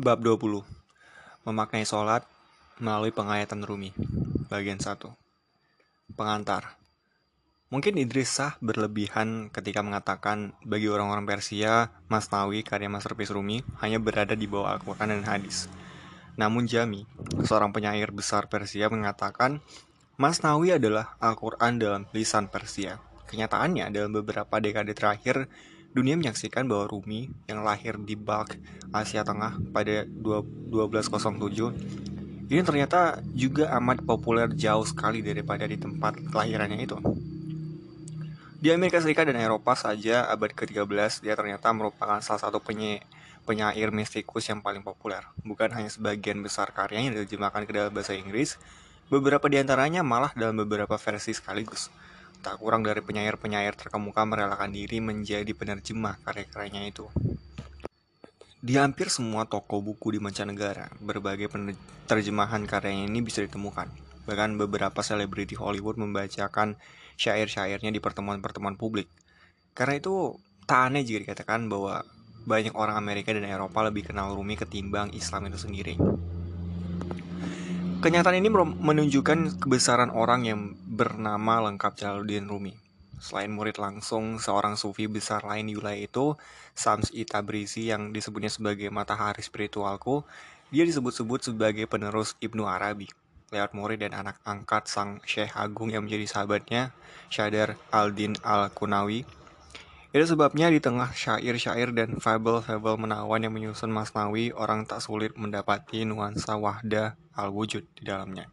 Bab 20. Memaknai sholat melalui pengayatan Rumi. Bagian 1. Pengantar. Mungkin Idris Shah berlebihan ketika mengatakan bagi orang-orang Persia, Masnawi karya masterpiece Rumi hanya berada di bawah Al-Quran dan hadis. Namun Jami, seorang penyair besar Persia, mengatakan Masnawi adalah Al-Quran dalam lisan Persia. Kenyataannya, dalam beberapa dekade terakhir, dunia menyaksikan bahwa Rumi yang lahir di Balkh, Asia Tengah pada 1207, ini ternyata juga amat populer jauh sekali daripada di tempat kelahirannya itu. Di Amerika Serikat dan Eropa saja abad ke-13, dia ternyata merupakan salah satu penyair mistikus yang paling populer. Bukan hanya sebagian besar karyanya diterjemahkan ke dalam bahasa Inggris, beberapa di antaranya malah dalam beberapa versi sekaligus. Tak kurang dari penyair-penyair terkemuka merelakan diri menjadi penerjemah karya-karyanya itu. Di hampir semua toko buku di mancanegara, berbagai terjemahan karyanya ini bisa ditemukan. Bahkan beberapa selebriti Hollywood membacakan syair-syairnya di pertemuan-pertemuan publik. Karena itu tak aneh jika dikatakan bahwa banyak orang Amerika dan Eropa lebih kenal Rumi ketimbang Islam itu sendiri. Kenyataan ini menunjukkan kebesaran orang yang bernama lengkap Jalaluddin Rumi. Selain murid langsung seorang sufi besar lain di wilayah itu, Shams-i Tabrizi yang disebutnya sebagai matahari spiritualku, dia disebut-sebut sebagai penerus Ibnu Arabi, lewat murid dan anak angkat sang Syekh Agung yang menjadi sahabatnya, Syadar al-Din al-Kunawi. Itu sebabnya di tengah syair-syair dan fabel-fabel menawan yang menyusun Masnawi, orang tak sulit mendapati nuansa wahdah al-wujud di dalamnya.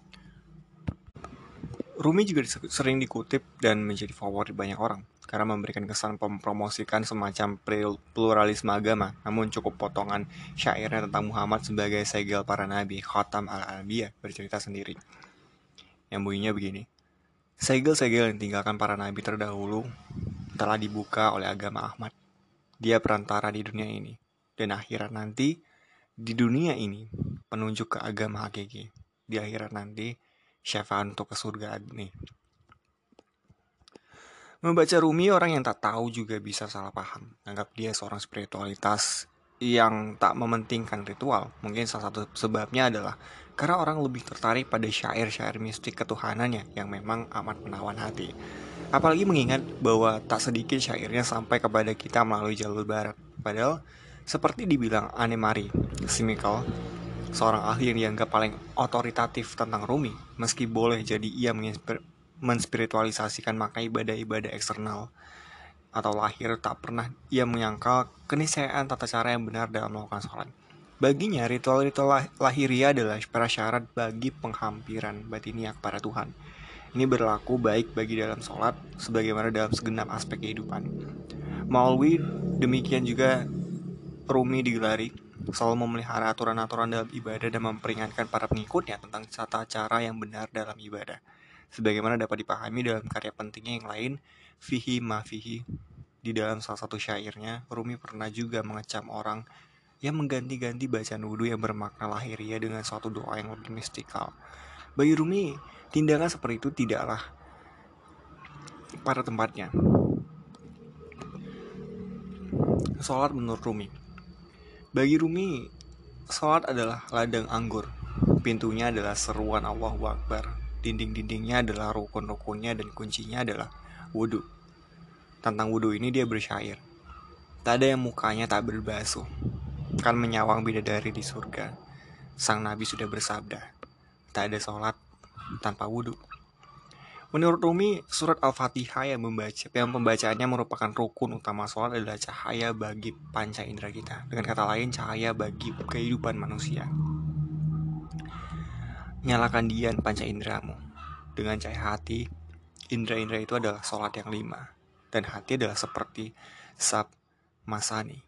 Rumi juga sering dikutip dan menjadi favorit banyak orang karena memberikan kesan mempromosikan semacam pluralisme agama. Namun cukup potongan syairnya tentang Muhammad sebagai segel para nabi, Khatam al-Anbiya, bercerita sendiri. Yang bunyinya begini: segel-segel yang tinggalkan para nabi terdahulu telah dibuka oleh agama Ahmad. Dia perantara di dunia ini dan akhirat nanti. Di dunia ini penunjuk ke agama hakiki, di akhirat nanti syafaat untuk ke surga nih. Membaca Rumi, orang yang tak tahu juga bisa salah paham, anggap dia seorang spiritualitas yang tak mementingkan ritual. Mungkin salah satu sebabnya adalah karena orang lebih tertarik pada syair-syair mistik ketuhanannya yang memang amat menawan hati. Apalagi mengingat bahwa tak sedikit syairnya sampai kepada kita melalui jalur barat. Padahal seperti dibilang Anne-Marie Simical, seorang ahli yang dianggap paling otoritatif tentang Rumi, meski boleh jadi ia menspiritualisasikan makna ibadah-ibadah eksternal atau lahir, tak pernah ia menyangkal keniscayaan tata cara yang benar dalam melakukan sholat. Baginya, ritual-ritual lahiriah adalah prasyarat bagi penghampiran batiniah kepada Tuhan. Ini berlaku baik bagi dalam sholat, sebagaimana dalam segenap aspek kehidupan. Maulwi demikian juga Rumi digelari, selalu memelihara aturan-aturan dalam ibadah dan memperingatkan para pengikutnya tentang tata cara yang benar dalam ibadah. Sebagaimana dapat dipahami dalam karya pentingnya yang lain, Fihi Ma Fihi. Di dalam salah satu syairnya, Rumi pernah juga mengecam orang yang mengganti-ganti bacaan wudhu yang bermakna lahiriah dengan suatu doa yang lebih mistikal. Bagi Rumi, tindakan seperti itu tidaklah pada tempatnya. Sholat menurut Rumi. Bagi Rumi, sholat adalah ladang anggur. Pintunya adalah seruan Allahu Akbar. Dinding-dindingnya adalah rukun-rukunnya dan kuncinya adalah wudhu. Tentang wudhu ini dia bersyair. Tak ada yang mukanya tak berbasuh, kan menyawang bidadari di surga. Sang Nabi sudah bersabda, tak ada sholat tanpa wudhu. Menurut Rumi, surat Al-Fatihah yang pembacaannya merupakan rukun utama sholat adalah cahaya bagi panca indera kita. Dengan kata lain, cahaya bagi kehidupan manusia. Nyalakan dian panca inderamu. Dengan cahaya hati, indera-indera itu adalah sholat yang 5. Dan hati adalah seperti sab masani.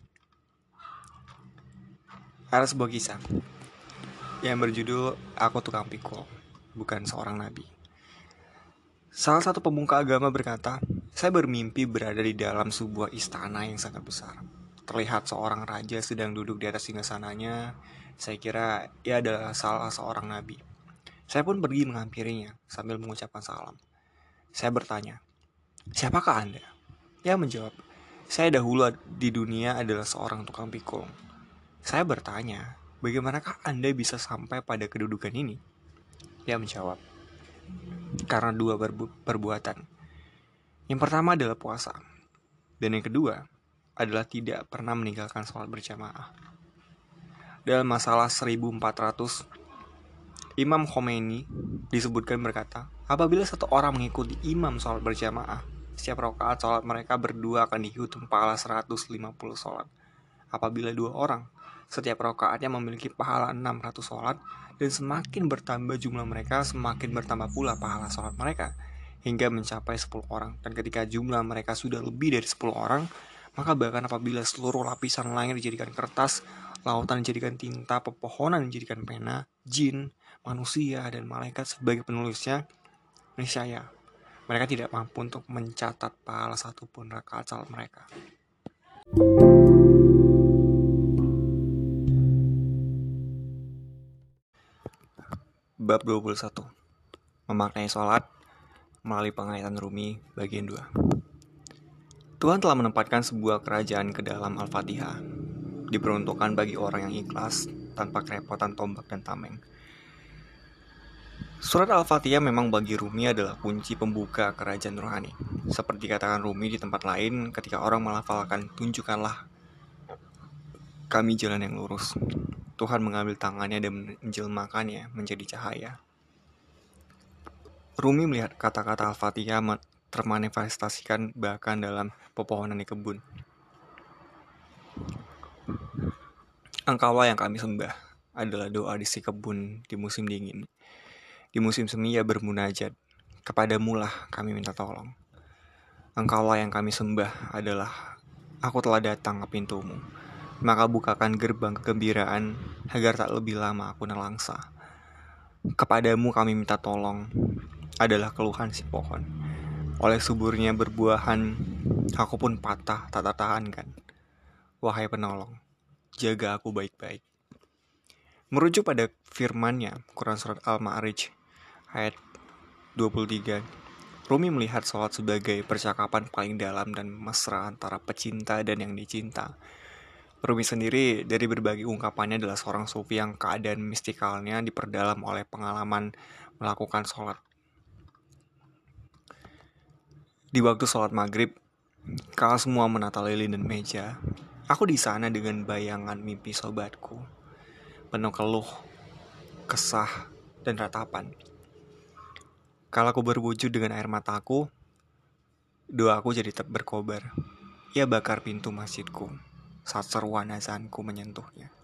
Ada sebuah kisah yang berjudul Aku Tukang Pikul, bukan seorang nabi. Salah satu pemuka agama berkata, saya bermimpi berada di dalam sebuah istana yang sangat besar. Terlihat seorang raja sedang duduk di atas singgasananya. Saya kira ia adalah salah seorang nabi. Saya pun pergi menghampirinya sambil mengucapkan salam. Saya bertanya, siapakah Anda? Ia menjawab, saya dahulu di dunia adalah seorang tukang pikul. Saya bertanya, bagaimanakah Anda bisa sampai pada kedudukan ini? Dia menjawab, karena dua perbuatan. Yang pertama adalah puasa, dan yang kedua adalah tidak pernah meninggalkan sholat berjamaah. Dalam masalah 1400, Imam Khomeini disebutkan berkata, apabila satu orang mengikuti imam sholat berjamaah, setiap rakaat sholat mereka berdua akan dihitung pahala 150 sholat. Apabila dua orang, setiap rakaatnya memiliki pahala 600 sholat, dan semakin bertambah jumlah mereka, semakin bertambah pula pahala sholat mereka, hingga mencapai 10 orang. Dan ketika jumlah mereka sudah lebih dari 10 orang, maka bahkan apabila seluruh lapisan langit dijadikan kertas, lautan dijadikan tinta, pepohonan dijadikan pena, jin, manusia, dan malaikat sebagai penulisnya, niscaya mereka tidak mampu untuk mencatat pahala satupun rakaat salat mereka. Bab 21. Memaknai sholat melalui pengayatan Rumi bagian 2. Tuhan telah menempatkan sebuah kerajaan ke dalam Al-Fatihah, diperuntukkan bagi orang yang ikhlas tanpa kerepotan tombak dan tameng. Surat Al-Fatihah memang bagi Rumi adalah kunci pembuka kerajaan rohani. Seperti katakan Rumi di tempat lain ketika orang melafalkan, tunjukkanlah kami jalan yang lurus. Tuhan mengambil tangannya dan menjelmakannya menjadi cahaya. Rumi melihat kata-kata Al-Fatihah termanifestasikan bahkan dalam pepohonan di kebun. Engkaulah yang kami sembah adalah doa di si kebun di musim dingin. Di musim semi ia bermunajat, kepadamulah kami minta tolong. Engkaulah yang kami sembah adalah, aku telah datang ke pintumu. Maka bukakan gerbang kegembiraan, agar tak lebih lama aku nelangsa. Kepadamu kami minta tolong, adalah keluhan si pohon. Oleh suburnya berbuahan, aku pun patah tak tertahankan. Wahai penolong, jaga aku baik-baik. Merujuk pada firman-Nya, Quran Surat Al-Ma'arij, ayat 23, Rumi melihat sholat sebagai percakapan paling dalam dan mesra antara pecinta dan yang dicinta. Rumi sendiri dari berbagai ungkapannya adalah seorang sufi yang keadaan mistikalnya diperdalam oleh pengalaman melakukan sholat. Di waktu sholat maghrib, kala semua menata lilin dan meja, aku di sana dengan bayangan mimpi sobatku, penuh keluh, kesah, dan ratapan. Kala aku berwujud dengan air mataku, doaku jadi tetap berkobar. Ia bakar pintu masjidku saat seruan azanku menyentuhnya.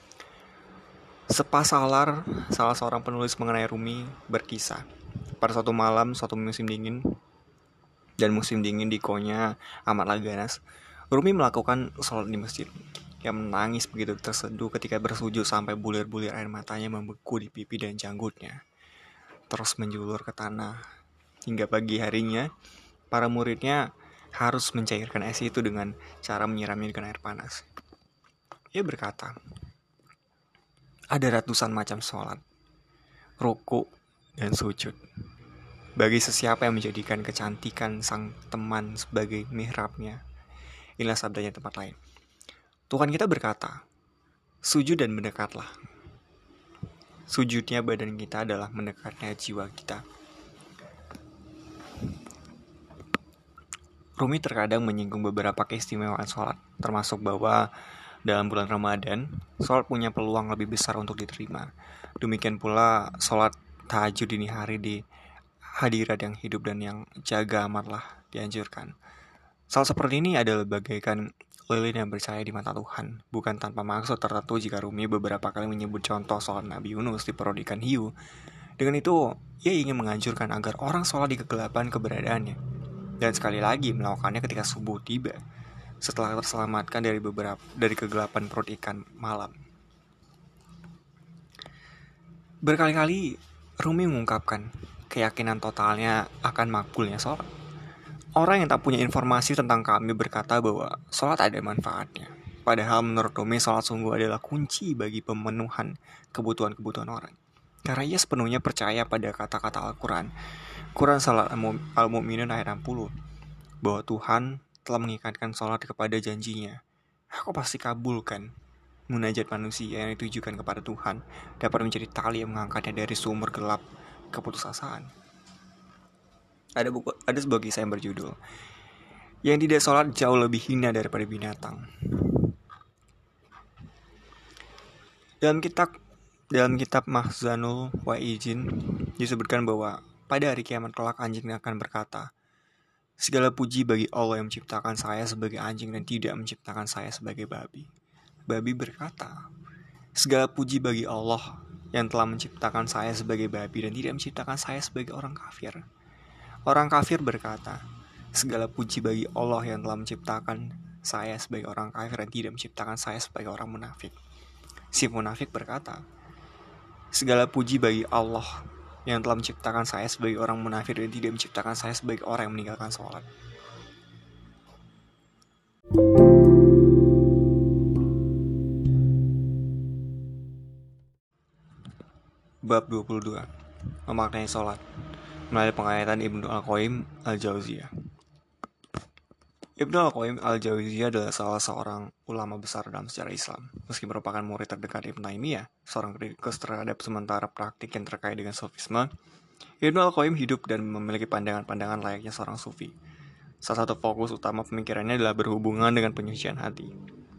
Sepasalar, salah seorang penulis mengenai Rumi berkisah. Pada suatu malam, suatu musim dingin, dan musim dingin di Konya amatlah ganas, Rumi melakukan sholat di masjid. Ia menangis begitu terseduh ketika bersujud sampai bulir-bulir air matanya membeku di pipi dan janggutnya, terus menjulur ke tanah. Hingga pagi harinya, para muridnya harus mencairkan es itu dengan cara menyiramnya dengan air panas. Ia berkata, ada ratusan macam sholat, ruku, dan sujud. Bagi sesiapa yang menjadikan kecantikan sang teman sebagai mihrabnya. Inilah sabdanya tempat lain. Tuhan kita berkata, sujud dan mendekatlah. Sujudnya badan kita adalah mendekatnya jiwa kita. Rumi terkadang menyinggung beberapa keistimewaan sholat, termasuk bahwa dalam bulan Ramadan, sholat punya peluang lebih besar untuk diterima. Demikian pula sholat tahajud dini hari di hadirat yang hidup dan yang jaga amatlah dianjurkan. Salah seperti ini adalah bagaikan lilin yang bercahaya di mata Tuhan, bukan tanpa maksud tertentu. Jika Rumi beberapa kali menyebut contoh sholat Nabi Yunus di perut ikan hiu, dengan itu ia ingin menganjurkan agar orang sholat di kegelapan keberadaannya, dan sekali lagi melakukannya ketika subuh tiba, setelah terselamatkan dari kegelapan perut ikan malam. Berkali-kali Rumi mengungkapkan keyakinan totalnya akan makbulnya sholat. Orang yang tak punya informasi tentang kami berkata bahwa sholat ada manfaatnya. Padahal menurut Rumi, sholat sungguh adalah kunci bagi pemenuhan kebutuhan-kebutuhan orang. Karena ia sepenuhnya percaya pada kata-kata Al-Quran. Quran Surat Al-Mu'minun ayat 60, bahwa Tuhan telah mengikatkan sholat kepada janjinya. Aku pasti kabulkan. munajat manusia yang ditujukan kepada Tuhan dapat menjadi tali yang mengangkatnya dari sumber gelap keputusasaan. Ada sebuah kisah yang berjudul "Yang tidak sholat jauh lebih hina daripada binatang". Dalam kitab Mahzanul Wa'ijin disebutkan bahwa pada hari kiamat kelak anjing akan berkata, "Segala puji bagi Allah yang menciptakan saya sebagai anjing dan tidak menciptakan saya sebagai babi." Babi berkata, "Segala puji bagi Allah yang telah menciptakan saya sebagai babi dan tidak menciptakan saya sebagai orang kafir." Orang kafir berkata, "Segala puji bagi Allah yang telah menciptakan saya sebagai orang kafir dan tidak menciptakan saya sebagai orang munafik." Si munafik berkata, "Segala puji bagi Allah yang telah menciptakan saya sebagai orang munafik dan tidak menciptakan saya sebagai orang yang meninggalkan sholat." Bab 22. Memaknai sholat melalui pengayatan Ibnu Al-Qayyim Al-Jauziyah. Ibnu Al-Qayyim Al-Jauziyah adalah salah seorang ulama besar dalam sejarah Islam. Meski merupakan murid terdekat Ibnu Taimiyah, seorang kritikus terhadap sementara praktik yang terkait dengan sufisme, Ibnu Al-Qayyim hidup dan memiliki pandangan-pandangan layaknya seorang sufi. Salah satu fokus utama pemikirannya adalah berhubungan dengan penyucian hati.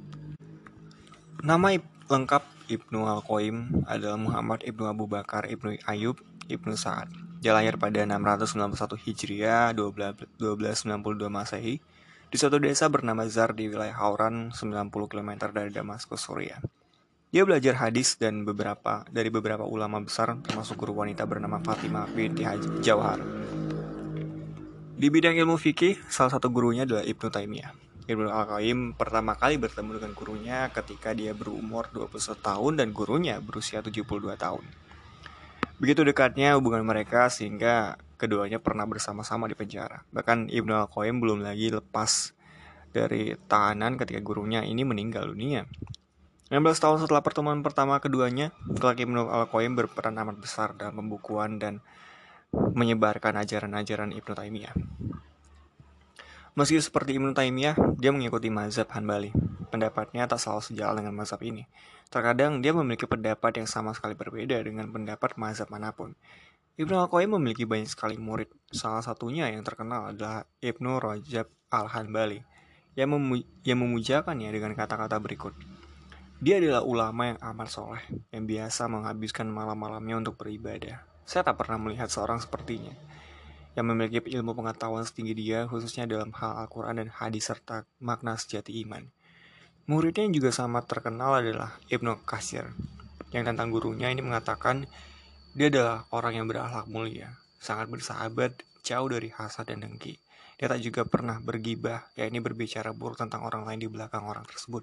Nama lengkap Ibnu Al-Qayyim adalah Muhammad Ibnu Abu Bakar Ibnu Ayyub Ibnu Sa'ad. Dia lahir pada 691 Hijriah 1292 Masehi di suatu desa bernama Zar di wilayah Hauran 90 km dari Damaskus, Suriah. Dia belajar hadis dan dari beberapa ulama besar, termasuk guru wanita bernama Fatimah binti Jauhar. Di bidang ilmu fikih, salah satu gurunya adalah Ibnu Taimiyah. Ibnu Al-Qayyim pertama kali bertemu dengan gurunya ketika dia berumur 21 tahun dan gurunya berusia 72 tahun. Begitu dekatnya hubungan mereka sehingga keduanya pernah bersama-sama di penjara. Bahkan Ibnu Al-Qayyim belum lagi lepas dari tahanan ketika gurunya ini meninggal dunia. 16 tahun setelah pertemuan pertama keduanya, kelak Ibnu Al-Qayyim berperan amat besar dalam pembukuan dan menyebarkan ajaran-ajaran Ibnu Taimiyah. Meski seperti Ibnu Taimiyah, dia mengikuti mazhab Hanbali. Pendapatnya tak selalu sejalan dengan mazhab ini. Terkadang dia memiliki pendapat yang sama sekali berbeda dengan pendapat mazhab manapun. Ibnu Al-Qayyim memiliki banyak sekali murid. Salah satunya yang terkenal adalah Ibnu Rajab Al-Hanbali yang memujakannya dengan kata-kata berikut. Dia adalah ulama yang amat soleh, yang biasa menghabiskan malam-malamnya untuk beribadah. Saya tak pernah melihat seorang sepertinya, yang memiliki ilmu pengetahuan setinggi dia, khususnya dalam hal Al-Quran dan hadis serta makna sejati iman. Muridnya yang juga sangat terkenal adalah Ibnu Katsir, yang tentang gurunya ini mengatakan, dia adalah orang yang berakhlak mulia, sangat bersahabat, jauh dari hasad dan dengki. Dia tak juga pernah bergibah, yakni berbicara buruk tentang orang lain di belakang orang tersebut.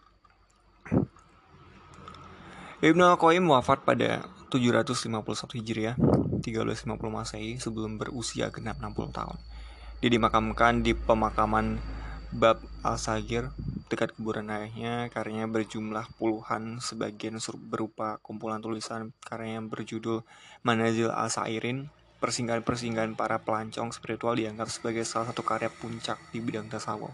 Ibnu Al-Qayyim wafat pada 751 Hijriah, 1350 Masehi sebelum berusia genap 60 tahun. Dia dimakamkan di pemakaman Bab Al-Sagir dekat kuburan ayahnya. Karyanya berjumlah puluhan, sebagian berupa kumpulan tulisan karyanya berjudul Manazil Al-Sairin. Persinggahan-persinggahan para pelancong spiritual dianggap sebagai salah satu karya puncak di bidang tasawuf.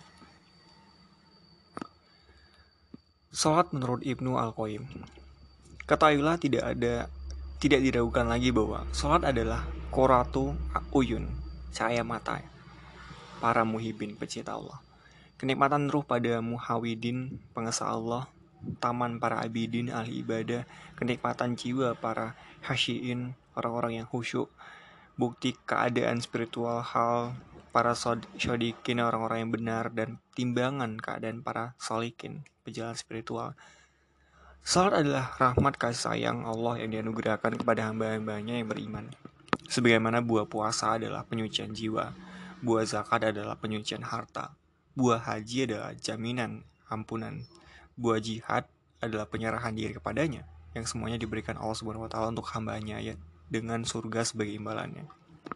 Salat menurut Ibnu Al-Qayyim. Ketahuilah tidak diragukan lagi bahwa salat adalah qurratu uyun, cahaya mata para muhibin pecinta Allah. Kenikmatan ruh pada muhawidin, pengesal Allah, taman para abidin, ahli ibadah, kenikmatan jiwa para hasyiin, orang-orang yang khusyuk, bukti keadaan spiritual hal para syodikin, orang-orang yang benar, dan timbangan keadaan para solikin, pejalan spiritual. Salat adalah rahmat kasih sayang Allah yang dianugerahkan kepada hamba-hambanya yang beriman. Sebagaimana buah puasa adalah penyucian jiwa, buah zakat adalah penyucian harta, buah haji adalah jaminan ampunan, buah jihad adalah penyerahan diri kepadanya, yang semuanya diberikan Allah Subhanahu wa Ta'ala untuk hambanya ya, dengan surga sebagai imbalannya.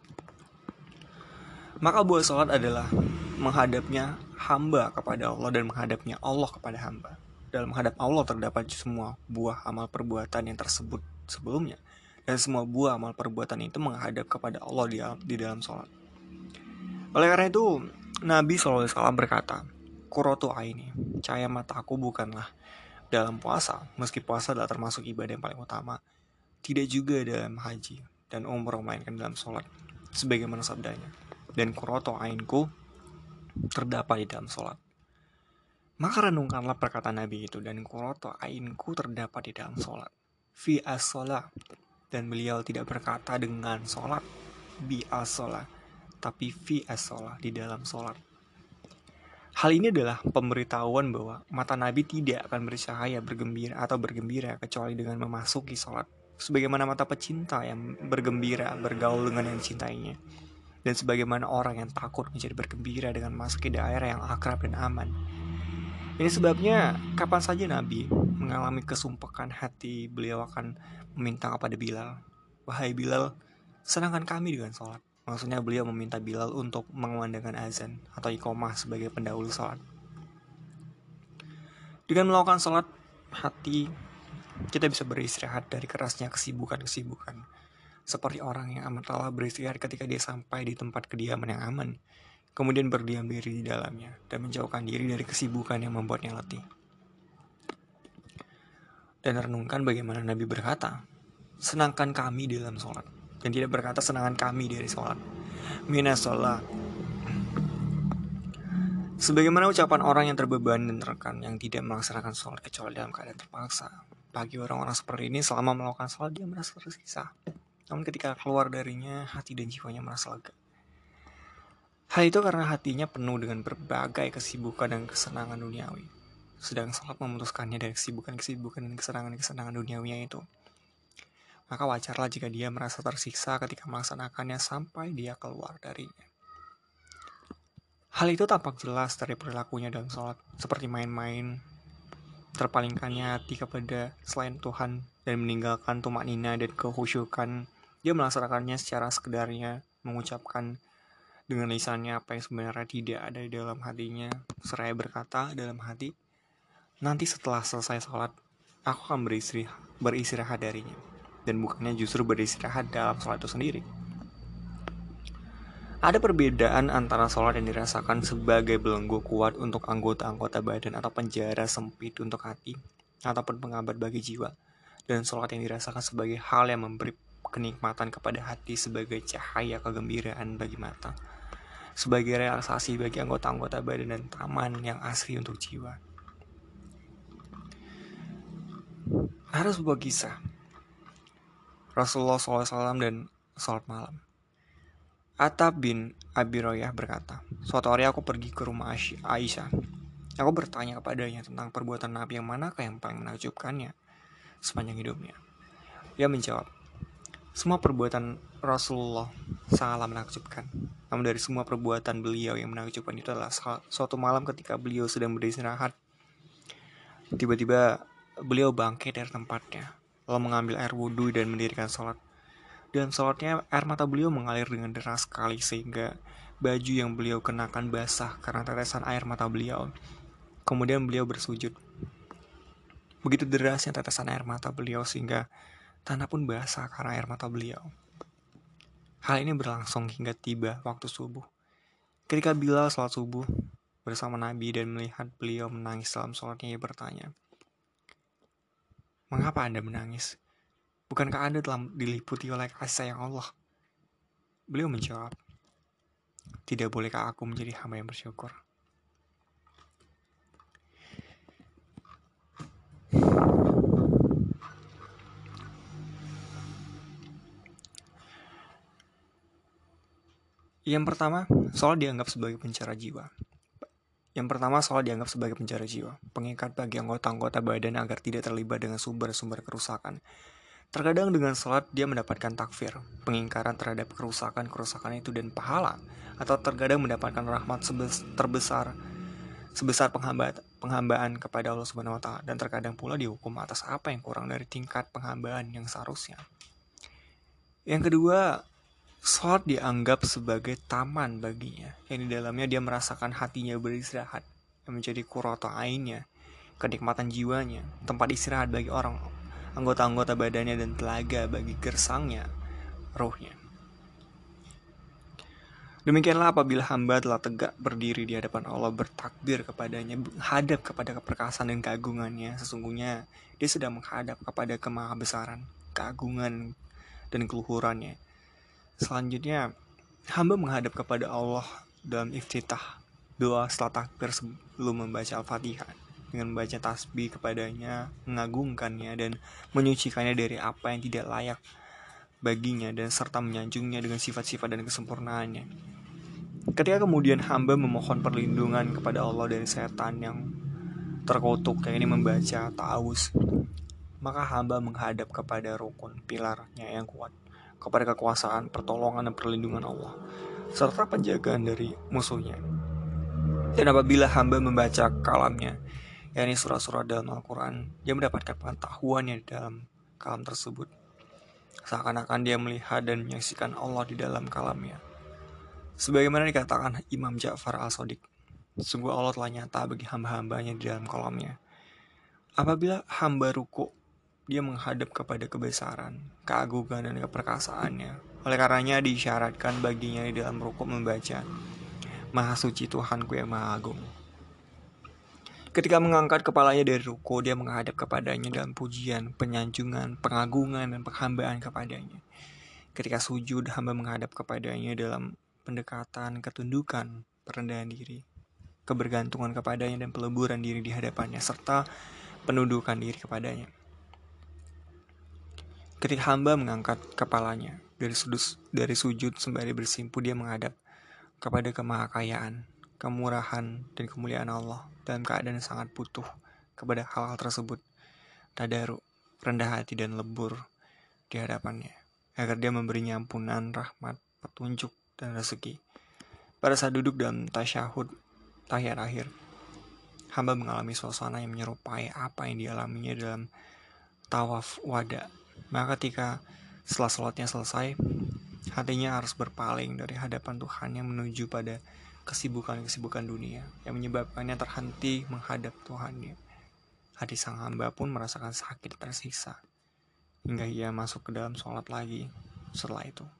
Maka buah salat adalah menghadapnya hamba kepada Allah dan menghadapnya Allah kepada hamba. Dalam menghadap Allah terdapat semua buah amal perbuatan yang tersebut sebelumnya, dan semua buah amal perbuatan itu menghadap kepada Allah di dalam salat. Oleh karena itu, Nabi SAW berkata, "Qurratu aini, cahaya mataku bukanlah dalam puasa, meski puasa adalah termasuk ibadah yang paling utama, tidak juga dalam haji dan umroh, melainkan dalam sholat, sebagaimana sabdanya, dan kuroto ainku terdapat di dalam sholat. Maka renungkanlah perkataan Nabi itu, dan kuroto ainku terdapat di dalam sholat. Fi as-sholat, dan beliau tidak berkata dengan sholat, bi as-sholat, tapi fi as-sholat, di dalam sholat. Hal ini adalah pemberitahuan bahwa mata Nabi tidak akan bercahaya bergembira kecuali dengan memasuki sholat. Sebagaimana mata pecinta yang bergembira bergaul dengan yang dicintainya. Dan sebagaimana orang yang takut menjadi bergembira dengan memasuki daerah yang akrab dan aman. Ini sebabnya kapan saja Nabi mengalami kesumpakan hati, beliau akan meminta kepada Bilal, wahai Bilal, senangkan kami dengan sholat. Maksudnya beliau meminta Bilal untuk mengumandangkan azan atau iqomah sebagai pendahulu sholat. Dengan melakukan sholat, hati kita bisa beristirahat dari kerasnya kesibukan-kesibukan. Seperti orang yang amat lelah beristirahat ketika dia sampai di tempat kediaman yang aman, kemudian berdiam diri di dalamnya dan menjauhkan diri dari kesibukan yang membuatnya letih. Dan renungkan bagaimana Nabi berkata, senangkan kami dalam sholat, dan tidak berkata senangkan kami dari sholat. Minas sholat. Sebagaimana ucapan orang yang terbebani dan tertekan yang tidak melaksanakan sholat kecuali dalam keadaan terpaksa. Bagi orang-orang seperti ini, selama melakukan sholat dia merasa tersiksa. Namun ketika keluar darinya, hati dan jiwanya merasa lega. Hal itu karena hatinya penuh dengan berbagai kesibukan dan kesenangan duniawi. Sedang sholat memutuskannya dari kesibukan-kesibukan dan kesenangan-kesenangan duniawinya itu. Maka wajarlah jika dia merasa tersiksa ketika melaksanakannya sampai dia keluar darinya. Hal itu tampak jelas dari perilakunya dalam sholat, seperti main-main, terpalingkannya hati kepada selain Tuhan, dan meninggalkan tumaknina dan kehusyukan. Dia melaksanakannya secara sekedarnya, mengucapkan dengan lisannya apa yang sebenarnya tidak ada di dalam hatinya, seraya berkata dalam hati, nanti setelah selesai sholat, aku akan beristirahat darinya. Dan bukannya justru beristirahat dalam sholat itu sendiri. Ada perbedaan antara sholat yang dirasakan sebagai belenggu kuat untuk anggota-anggota badan atau penjara sempit untuk hati, ataupun penghambat bagi jiwa, dan sholat yang dirasakan sebagai hal yang memberi kenikmatan kepada hati sebagai cahaya kegembiraan bagi mata, sebagai relaksasi bagi anggota-anggota badan dan taman yang asri untuk jiwa. Ada sebuah kisah Rasulullah SAW dan sholat malam. Attab bin Abi Royah berkata, suatu hari aku pergi ke rumah Aisyah. Aku bertanya kepadanya tentang perbuatan Nabi yang manakah yang paling menakjubkannya sepanjang hidupnya. Dia menjawab, semua perbuatan Rasulullah sangatlah menakjubkan. Namun dari semua perbuatan beliau yang menakjubkan itu adalah suatu malam ketika beliau sedang beristirahat. Tiba-tiba beliau bangkit dari tempatnya, lalu mengambil air wudhu dan mendirikan sholat. Dalam sholatnya air mata beliau mengalir dengan deras sekali sehingga baju yang beliau kenakan basah karena tetesan air mata beliau. Kemudian beliau bersujud. Begitu derasnya tetesan air mata beliau sehingga tanah pun basah karena air mata beliau. Hal ini berlangsung hingga tiba waktu subuh. Ketika Bilal sholat subuh bersama Nabi dan melihat beliau menangis dalam sholatnya, ia bertanya, mengapa Anda menangis? Bukankah Anda telah diliputi oleh kasih sayang Allah? Beliau menjawab, tidak bolehkah aku menjadi hamba yang bersyukur? Yang pertama, sholat dianggap sebagai penjara jiwa. Pengikat bagi anggota-anggota badan agar tidak terlibat dengan sumber-sumber kerusakan. Terkadang dengan sholat dia mendapatkan takfir, pengingkaran terhadap kerusakan itu dan pahala, atau terkadang mendapatkan rahmat sebesar penghambaan kepada Allah Subhanahu wa Ta'ala, dan terkadang pula dihukum atas apa yang kurang dari tingkat penghambaan yang seharusnya. Yang kedua, sholat dianggap sebagai taman baginya, yang di dalamnya dia merasakan hatinya beristirahat, yang menjadi qurratu ainnya, kenikmatan jiwanya, tempat istirahat bagi anggota-anggota badannya, dan telaga bagi gersangnya ruhnya. Demikianlah apabila hamba telah tegak berdiri di hadapan Allah, bertakbir kepadanya, menghadap kepada keperkasaan dan keagungannya, sesungguhnya dia sedang menghadap kepada kemahabesaran, keagungan, dan keluhurannya. Selanjutnya, hamba menghadap kepada Allah dalam iftitah, doa setelah takbir sebelum membaca Al-Fatihah, dengan membaca tasbih kepadanya, mengagungkannya, dan menyucikannya dari apa yang tidak layak baginya, dan serta menyanjungnya dengan sifat-sifat dan kesempurnaannya. Ketika kemudian hamba memohon perlindungan kepada Allah dari setan yang terkutuk yang ini membaca ta'awuz, maka hamba menghadap kepada rukun pilarnya yang kuat, kepada kekuasaan, pertolongan, dan perlindungan Allah, serta penjagaan dari musuhnya. Dan apabila hamba membaca kalamnya, yakni surah-surah dalam Al-Quran, dia mendapatkan pengetahuannya di dalam kalam tersebut, seakan-akan dia melihat dan menyaksikan Allah di dalam kalamnya. Sebagaimana dikatakan Imam Ja'far al-Shadiq, sungguh Allah telah nyata bagi hamba-hambanya di dalam kalamnya. Apabila hamba ruku, dia menghadap kepada kebesaran, keagungan, dan keperkasaannya. Oleh karenanya diisyaratkan baginya di dalam ruku membaca, Maha suci Tuhanku yang Maha Agung. Ketika mengangkat kepalanya dari ruku, dia menghadap kepadanya dalam pujian, penyanjungan, pengagungan, dan penghambaan kepadanya. Ketika sujud, hamba menghadap kepadanya dalam pendekatan, ketundukan, perendahan diri, kebergantungan kepadanya, dan peleburan diri di hadapannya, serta penundukan diri kepadanya. Ketika hamba mengangkat kepalanya dari sujud sembari bersimpu, dia menghadap kepada kemahakayaan, kemurahan, dan kemuliaan Allah dalam keadaan sangat butuh kepada hal-hal tersebut, tadaruk, rendah hati, dan lebur di hadapannya, agar dia memberinya ampunan, rahmat, petunjuk, dan rezeki. Pada saat duduk dalam tasyahud tahiyat akhir, hamba mengalami suasana yang menyerupai apa yang dialaminya dalam tawaf wada. Maka ketika setelah sholatnya selesai, hatinya harus berpaling dari hadapan Tuhannya menuju pada kesibukan-kesibukan dunia yang menyebabkannya terhenti menghadap Tuhannya. Hati sang hamba pun merasakan sakit tersiksa hingga ia masuk ke dalam sholat lagi setelah itu.